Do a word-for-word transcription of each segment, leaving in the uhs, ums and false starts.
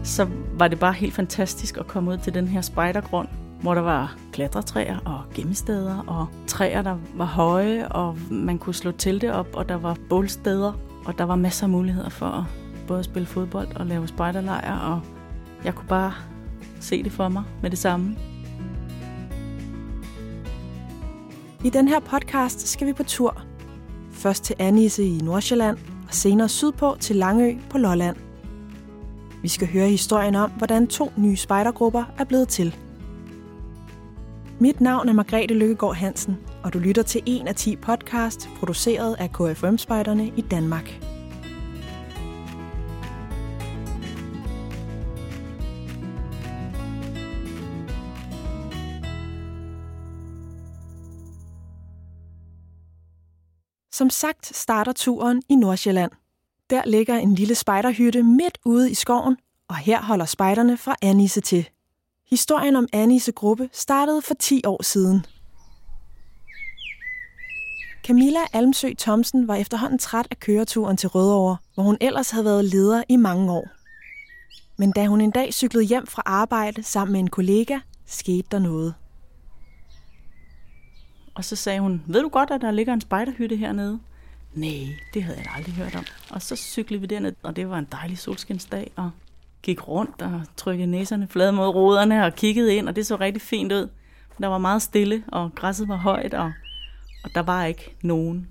så var det bare helt fantastisk at komme ud til den her spejdergrund, hvor der var klatretræer og gemmesteder og træer, der var høje, og man kunne slå telte op, og der var bålsteder, og der var masser af muligheder for at både at spille fodbold og lave spejderlejr, og jeg kunne bare se det for mig med det samme. I den her podcast skal vi på tur. Først til Annisse i Nordsjælland, og senere sydpå til Langø på Lolland. Vi skal høre historien om, hvordan to nye spejdergrupper er blevet til. Mit navn er Margrethe Lykkegaard Hansen, og du lytter til en af ti podcast, produceret af K F U M-spejderne i Danmark. Som sagt starter turen i Nordsjælland. Der ligger en lille spejderhytte midt ude i skoven, og her holder spejderne fra Annisse til. Historien om Annisse gruppe startede for ti år siden. Camilla Almsø Thomsen var efterhånden træt af køreturen til Rødovre, hvor hun ellers havde været leder i mange år. Men da hun en dag cyklede hjem fra arbejde sammen med en kollega, skete der noget. Og så sagde hun, ved du godt, at der ligger en spejderhytte hernede? Nej, det havde jeg aldrig hørt om. Og så cyklede vi derned, og det var en dejlig solskinsdag, og gik rundt og trykkede næserne flade mod ruderne og kiggede ind, og det så rigtig fint ud. Der var meget stille, og græsset var højt, og, og der var ikke nogen.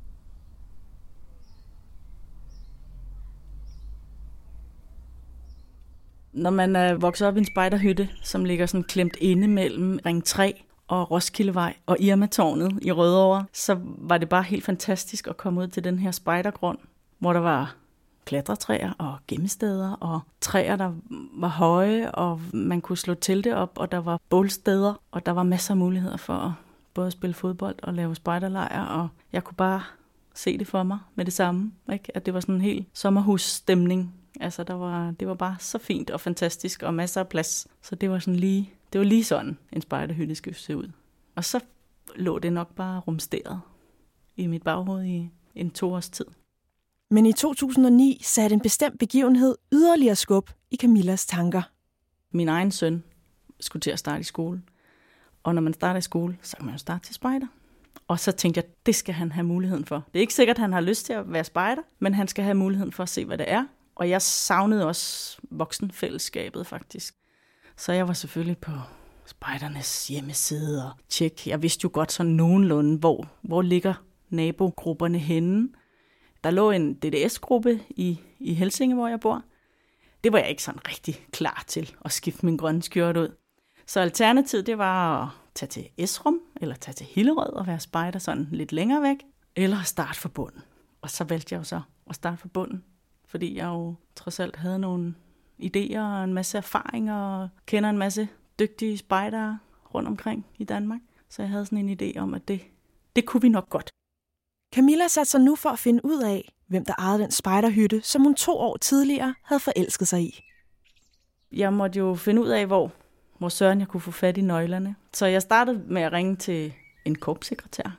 Når man er vokset op i en spejderhytte, som ligger sådan klemt inde mellem Ring tre og Roskildevej og Irma-tårnet i Rødovre, så var det bare helt fantastisk at komme ud til den her spejdergrund, hvor der var klatretræer og gemmesteder og træer, der var høje, og man kunne slå telte op, og der var bålsteder, og der var masser af muligheder for at både at spille fodbold og lave spejderlejr, og jeg kunne bare se det for mig med det samme, ikke? At det var sådan en helt sommerhusstemning. Altså, der var, det var bare så fint og fantastisk, og masser af plads, så det var sådan lige Det var lige sådan, en spejderhytte skulle se ud. Og så lå det nok bare rumsteret i mit baghoved i en to års tid. Men i to tusind og ni satte en bestemt begivenhed yderligere skub i Camillas tanker. Min egen søn skulle til at starte i skole. Og når man starter i skole, så kan man jo starte til spejder. Og så tænkte jeg, det skal han have muligheden for. Det er ikke sikkert, at han har lyst til at være spejder, men han skal have muligheden for at se, hvad det er. Og jeg savnede også voksenfællesskabet faktisk. Så jeg var selvfølgelig på spejdernes hjemmeside og tjek. Jeg vidste jo godt sådan nogenlunde, hvor, hvor ligger nabogrupperne henne. Der lå en D D S-gruppe i, i Helsinge, hvor jeg bor. Det var jeg ikke sådan rigtig klar til at skifte min grønne skjorte ud. Så alternativet, det var at tage til Esrum, eller tage til Hillerød og være spejder sådan lidt længere væk, eller starte fra bunden. Og så valgte jeg jo så at starte fra bunden, fordi jeg jo trods alt havde nogle idéer og en masse erfaringer og kender en masse dygtige spejdere rundt omkring i Danmark. Så jeg havde sådan en idé om, at det, det kunne vi nok godt. Camilla satte sig nu for at finde ud af, hvem der ejede den spejderhytte, som hun to år tidligere havde forelsket sig i. Jeg måtte jo finde ud af, hvor, hvor søren jeg kunne få fat i nøglerne. Så jeg startede med at ringe til en korpssekretær,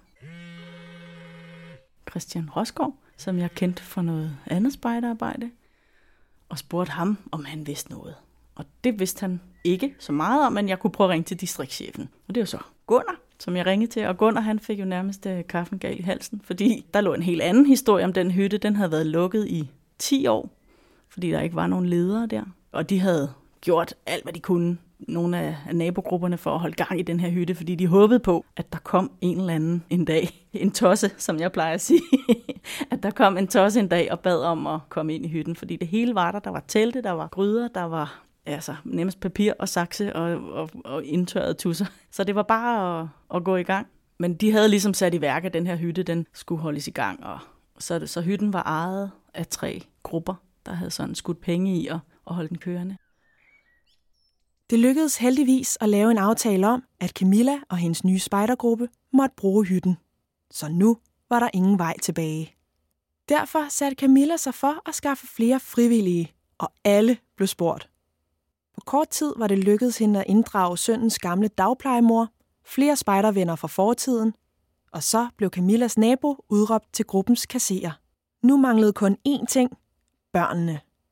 Christian Rosgaard, som jeg kendte fra noget andet spejderarbejde, og spurgte ham, om han vidste noget. Og det vidste han ikke så meget om, men jeg kunne prøve at ringe til distriktschefen. Og det var så Gunnar, som jeg ringede til. Og Gunnar, han fik jo nærmest kaffen gal i halsen, fordi der lå en helt anden historie om den hytte. Den havde været lukket i ti år, fordi der ikke var nogen ledere der. Og de havde gjort alt, hvad de kunne, nogle af nabogrupperne, for at holde gang i den her hytte, fordi de håbede på, at der kom en eller anden en dag. En tosse, som jeg plejer at sige. At der kom en tosse en dag og bad om at komme ind i hytten, fordi det hele var der. Der var telte, der var gryder, der var altså, nemmest papir og sakse og, og, og indtørrede tusser. Så det var bare at, at gå i gang. Men de havde ligesom sat i værk, at den her hytte, den skulle holdes i gang. Og så, så hytten var ejet af tre grupper, der havde sådan skudt penge i at, at holde den kørende. Det lykkedes heldigvis at lave en aftale om, at Camilla og hendes nye spejdergruppe måtte bruge hytten. Så nu var der ingen vej tilbage. Derfor satte Camilla sig for at skaffe flere frivillige, og alle blev spurgt. På kort tid var det lykkedes hende at inddrage sønnens gamle dagplejemor, flere spejdervenner fra fortiden, og så blev Camillas nabo udråbt til gruppens kasserer. Nu manglede kun én ting: børnene.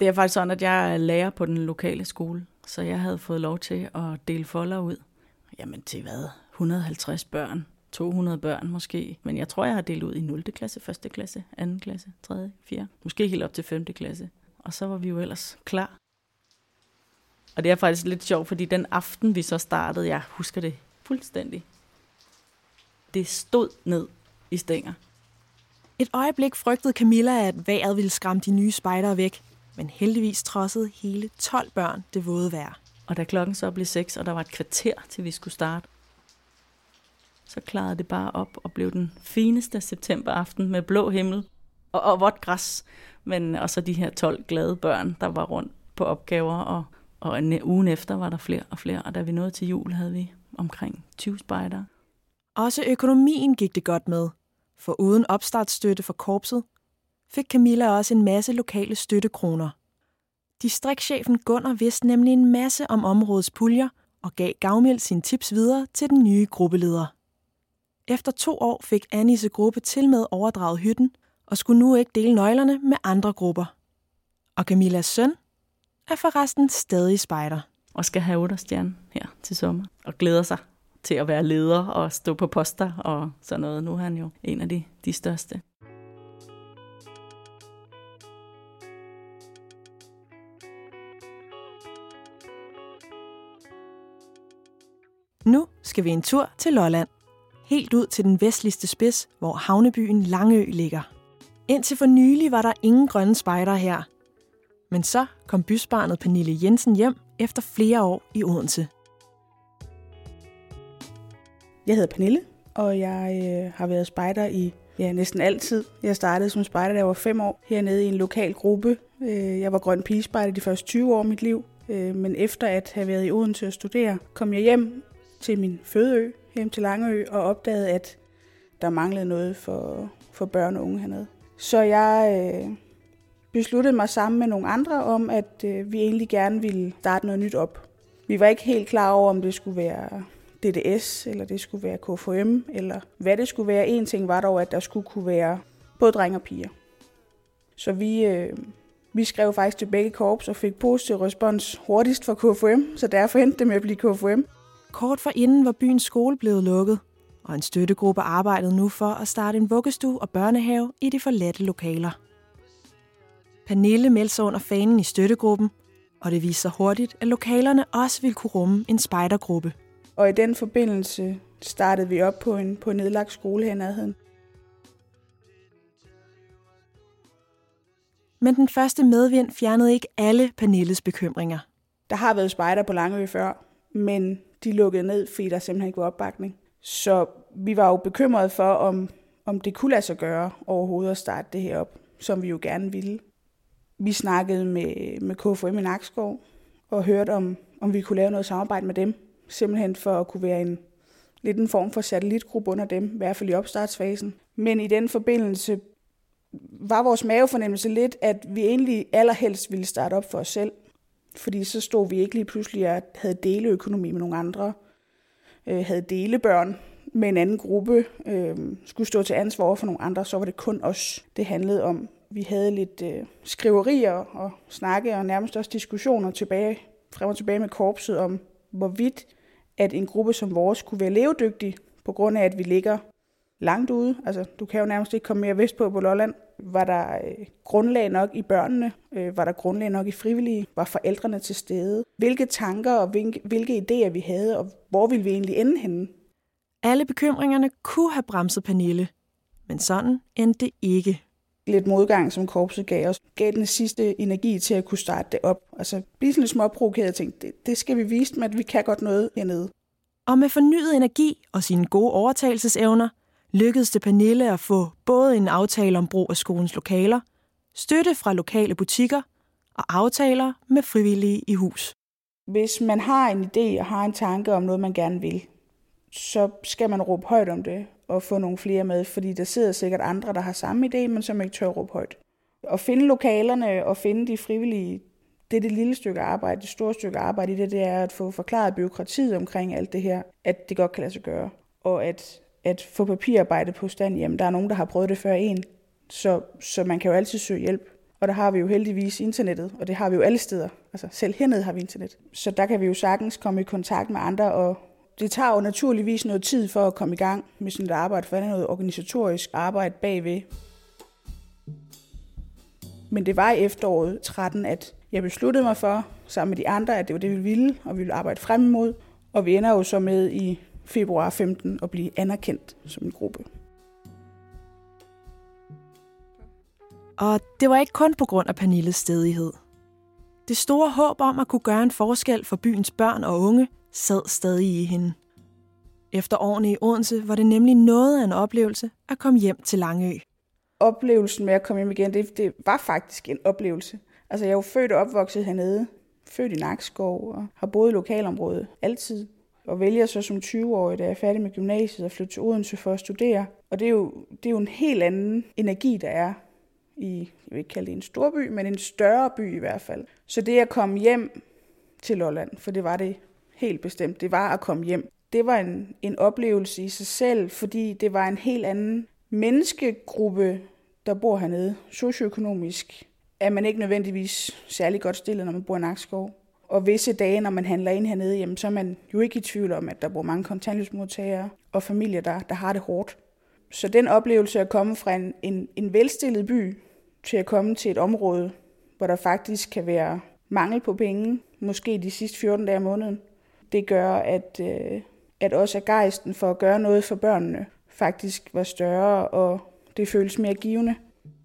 Det er faktisk sådan, at jeg er lærer på den lokale skole, så jeg havde fået lov til at dele folder ud. Jamen til hvad? et hundrede og halvtreds børn, to hundrede børn måske. Men jeg tror, jeg har delt ud i nul klasse, første klasse, anden klasse, tredje, fjerde. Måske helt op til femte klasse. Og så var vi jo ellers klar. Og det er faktisk lidt sjovt, fordi den aften, vi så startede, jeg husker det fuldstændig. Det stod ned i stænger. Et øjeblik frygtede Camilla, at vejret ville skræmme de nye spejdere væk. Men heldigvis trodsede hele tolv børn det våde vejr. Og da klokken så blev seks, og der var et kvarter, til vi skulle starte, så klarede det bare op og blev den fineste septemberaften med blå himmel og, og vådt græs. Men og så de her tolv glade børn, der var rundt på opgaver, og, og en ugen efter var der flere og flere. Og da vi nåede til jul, havde vi omkring tyve spejdere. Også økonomien gik det godt med, for uden opstartsstøtte for korpset, fik Camilla også en masse lokale støttekroner. Distriktschefen Gunnar vidste nemlig en masse om områdets puljer og gav gavmildt sine tips videre til den nye gruppeleder. Efter to år fik Annies gruppe tilmed overdraget hytten og skulle nu ikke dele nøglerne med andre grupper. Og Camillas søn er forresten stadig spejder. Og skal have otterstjerne her til sommer og glæder sig til at være leder og stå på poster og sådan noget. Nu er han jo en af de, de største. Nu skal vi en tur til Lolland. Helt ud til den vestligste spids, hvor havnebyen Langø ligger. Indtil for nylig var der ingen grønne spejdere her. Men så kom bysbarnet Pernille Jensen hjem efter flere år i Odense. Jeg hedder Pernille, og jeg øh, har været spejder i ja, næsten altid. Jeg startede som spejder, da jeg var fem år, hernede i en lokal gruppe. Øh, jeg var grøn pigespejder de første tyve år af mit liv. Øh, men efter at have været i Odense og studere, kom jeg hjem til min fødeø, hjem til Langø, og opdagede, at der manglede noget for, for børn og unge hernede. Så jeg øh, besluttede mig sammen med nogle andre om, at øh, vi egentlig gerne ville starte noget nyt op. Vi var ikke helt klar over, om det skulle være D D S, eller det skulle være K F U M, eller hvad det skulle være. En ting var dog, at der skulle kunne være både drenge og piger. Så vi, øh, vi skrev faktisk til begge korps og fik positiv respons hurtigst fra K F U M, så derfor endte det med at blive K F U M. Kort forinden var byens skole blevet lukket, og en støttegruppe arbejdede nu for at starte en vuggestue og børnehave i de forladte lokaler. Pernille meldte sig under fanen i støttegruppen, og det viste sig hurtigt, at lokalerne også ville kunne rumme en spejdergruppe. Og i den forbindelse startede vi op på en, på en nedlagt skole her i nærheden. Men den første medvind fjernede ikke alle Pernilles bekymringer. Der har været spejder på Langø før, men de lukkede ned, fordi der simpelthen ikke var opbakning. Så vi var jo bekymrede for, om, om det kunne lade sig gøre overhovedet at starte det her op, som vi jo gerne ville. Vi snakkede med, med K F U M i Nakskov og hørte, om, om vi kunne lave noget samarbejde med dem. Simpelthen for at kunne være en lidt en form for satellitgruppe under dem, i hvert fald i opstartsfasen. Men i den forbindelse var vores mavefornemmelse lidt, at vi egentlig allerhelst ville starte op for os selv. Fordi så stod vi ikke lige pludselig og havde deleøkonomi med nogle andre, øh, havde delebørn med en anden gruppe, øh, skulle stå til ansvar for nogle andre, så var det kun os, det handlede om. Vi havde lidt øh, skriverier og snakke og nærmest også diskussioner tilbage, frem og tilbage med korpset om, hvorvidt at en gruppe som vores kunne være levedygtig, på grund af, at vi ligger langt ude. Altså, du kan jo nærmest ikke komme mere vestpå på Lolland. Var der øh, grundlag nok i børnene? Øh, var der grundlag nok i frivillige? Var forældrene til stede? Hvilke tanker og hvilke, hvilke idéer vi havde, og hvor ville vi egentlig ende henne? Alle bekymringerne kunne have bremset Pernille, men sådan endte det ikke. Lidt modgang, som korpset gav os, gav den sidste energi til at kunne starte det op. Altså, blive sådan lidt småprovokeret og tænkte, det, det skal vi vise dem, at vi kan godt noget hernede. Og med fornyet energi og sine gode overtagelsesevner, lykkedes det Pernille at få både en aftale om brug af skolens lokaler, støtte fra lokale butikker og aftaler med frivillige i hus. Hvis man har en idé og har en tanke om noget, man gerne vil, så skal man råbe højt om det og få nogle flere med, fordi der sidder sikkert andre, der har samme idé, men som ikke tør råbe højt. At finde lokalerne og finde de frivillige, det er det lille stykke arbejde. Det store stykke arbejde i det, det er at få forklaret byråkratiet omkring alt det her, at det godt kan lade sig gøre. Og at, at få papirarbejde på stand, jamen der er nogen, der har prøvet det før en, så, så man kan jo altid søge hjælp. Og der har vi jo heldigvis internettet, og det har vi jo alle steder. Altså selv hernede har vi internet. Så der kan vi jo sagtens komme i kontakt med andre, og det tager jo naturligvis noget tid for at komme i gang med sådan et arbejde, for det er noget organisatorisk arbejde bagved. Men det var i efteråret tretten, at jeg besluttede mig for, sammen med de andre, at det var det, vi ville, og vi ville arbejde frem imod. Og vi ender jo så med i februar femten at blive anerkendt som en gruppe. Og det var ikke kun på grund af Pernilles stædighed. Det store håb om at kunne gøre en forskel for byens børn og unge sad stadig i hende. Efter årene i Odense var det nemlig noget af en oplevelse at komme hjem til Langø. Oplevelsen med at komme hjem igen, det, det var faktisk en oplevelse. Altså jeg er jo født og opvokset hernede, født i Nakskov og har boet i lokalområdet altid. Og vælger så som tyve-årig, da jeg er færdig med gymnasiet, og flytte til Odense for at studere. Og det er jo, det er jo en helt anden energi, der er i, jeg vil ikke kalde det en storby, men en større by i hvert fald. Så det at komme hjem til Lolland, for det var det helt bestemt, det var at komme hjem. Det var en, en oplevelse i sig selv, fordi det var en helt anden menneskegruppe, der bor hernede. Socioøkonomisk er man ikke nødvendigvis særlig godt stillet, når man bor i Nakskov. Og visse dage, når man handler ind hernede, jamen, så er man jo ikke i tvivl om, at der bor mange kontanthjælpsmodtagere og familier, der, der har det hårdt. Så den oplevelse at komme fra en, en, en velstillet by til at komme til et område, hvor der faktisk kan være mangel på penge, måske de sidste fjorten dage om måneden, det gør, at, øh, at også gejsten for at gøre noget for børnene faktisk var større, og det føles mere givende.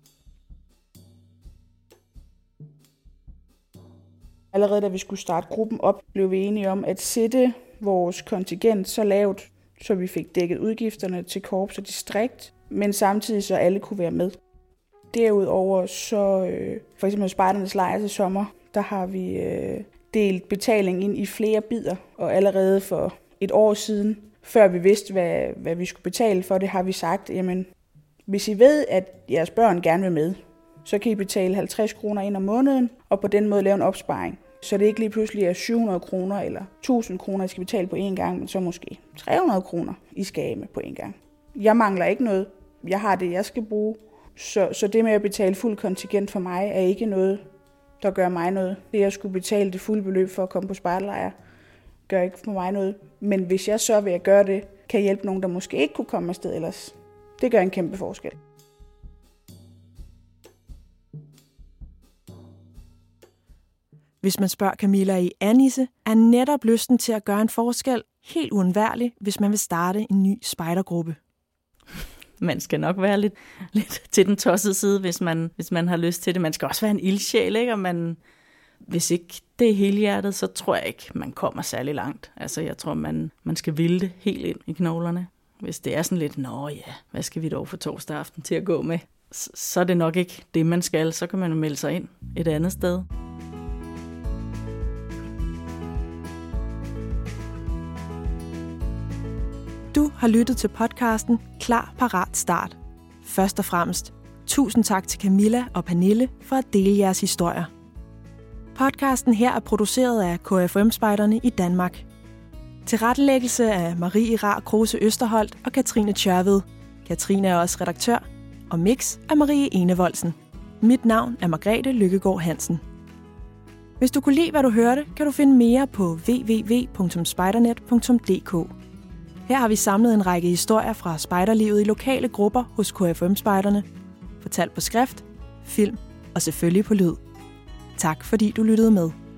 Allerede da vi skulle starte gruppen op, blev vi enige om at sætte vores kontingent så lavt, så vi fik dækket udgifterne til korps og distrikt, men samtidig så alle kunne være med. Derudover så, øh, for eksempel Spejdernes Lejr til sommer, der har vi øh, delt betaling ind i flere bidder, og allerede for et år siden, før vi vidste, hvad, hvad vi skulle betale for det, har vi sagt, jamen, hvis I ved, at jeres børn gerne vil med, så kan I betale halvtreds kroner ind om måneden, og på den måde lave en opsparing. Så det ikke lige pludselig er syv hundrede kroner eller tusind kroner, I skal betale på én gang, men så måske tre hundrede kroner, I skal af med på én gang. Jeg mangler ikke noget. Jeg har det, jeg skal bruge. Så, så det med at betale fuld kontingent for mig, er ikke noget, der gør mig noget. Det at skulle betale det fulde beløb for at komme på spejderlejr, gør ikke for mig noget. Men hvis jeg så ved at gøre det, kan hjælpe nogen, der måske ikke kunne komme afsted ellers. Det gør en kæmpe forskel. Hvis man spørger Camilla i Annisse, er netop lysten til at gøre en forskel helt uundværlig, hvis man vil starte en ny spejdergruppe. Man skal nok være lidt, lidt til den tossede side, hvis man, hvis man har lyst til det. Man skal også være en ildsjæl, ikke? Og man, hvis ikke det er helhjertet, så tror jeg ikke, man kommer særlig langt. Altså, jeg tror, man, man skal ville det helt ind i knoglerne. Hvis det er sådan lidt, nå ja, hvad skal vi dog for torsdag aften til at gå med? Så, så er det nok ikke det, man skal. Så kan man jo melde sig ind et andet sted. Du har lyttet til podcasten Klar, Parat, Start. Først og fremmest, tusind tak til Camilla og Pernille for at dele jeres historier. Podcasten her er produceret af K F U M-spejderne i Danmark. Tilrettelæggelse af Marie Rar Kruse Østerholt og Katrine Tjørved. Katrine er også redaktør, og mix af Marie Enevoldsen. Mit navn er Margrethe Lykkegaard Hansen. Hvis du kunne lide, hvad du hørte, kan du finde mere på w w w punktum spejdernet punktum d k. Her har vi samlet en række historier fra spejderlivet i lokale grupper hos K F U M-spejderne, fortalt på skrift, film og selvfølgelig på lyd. Tak fordi du lyttede med.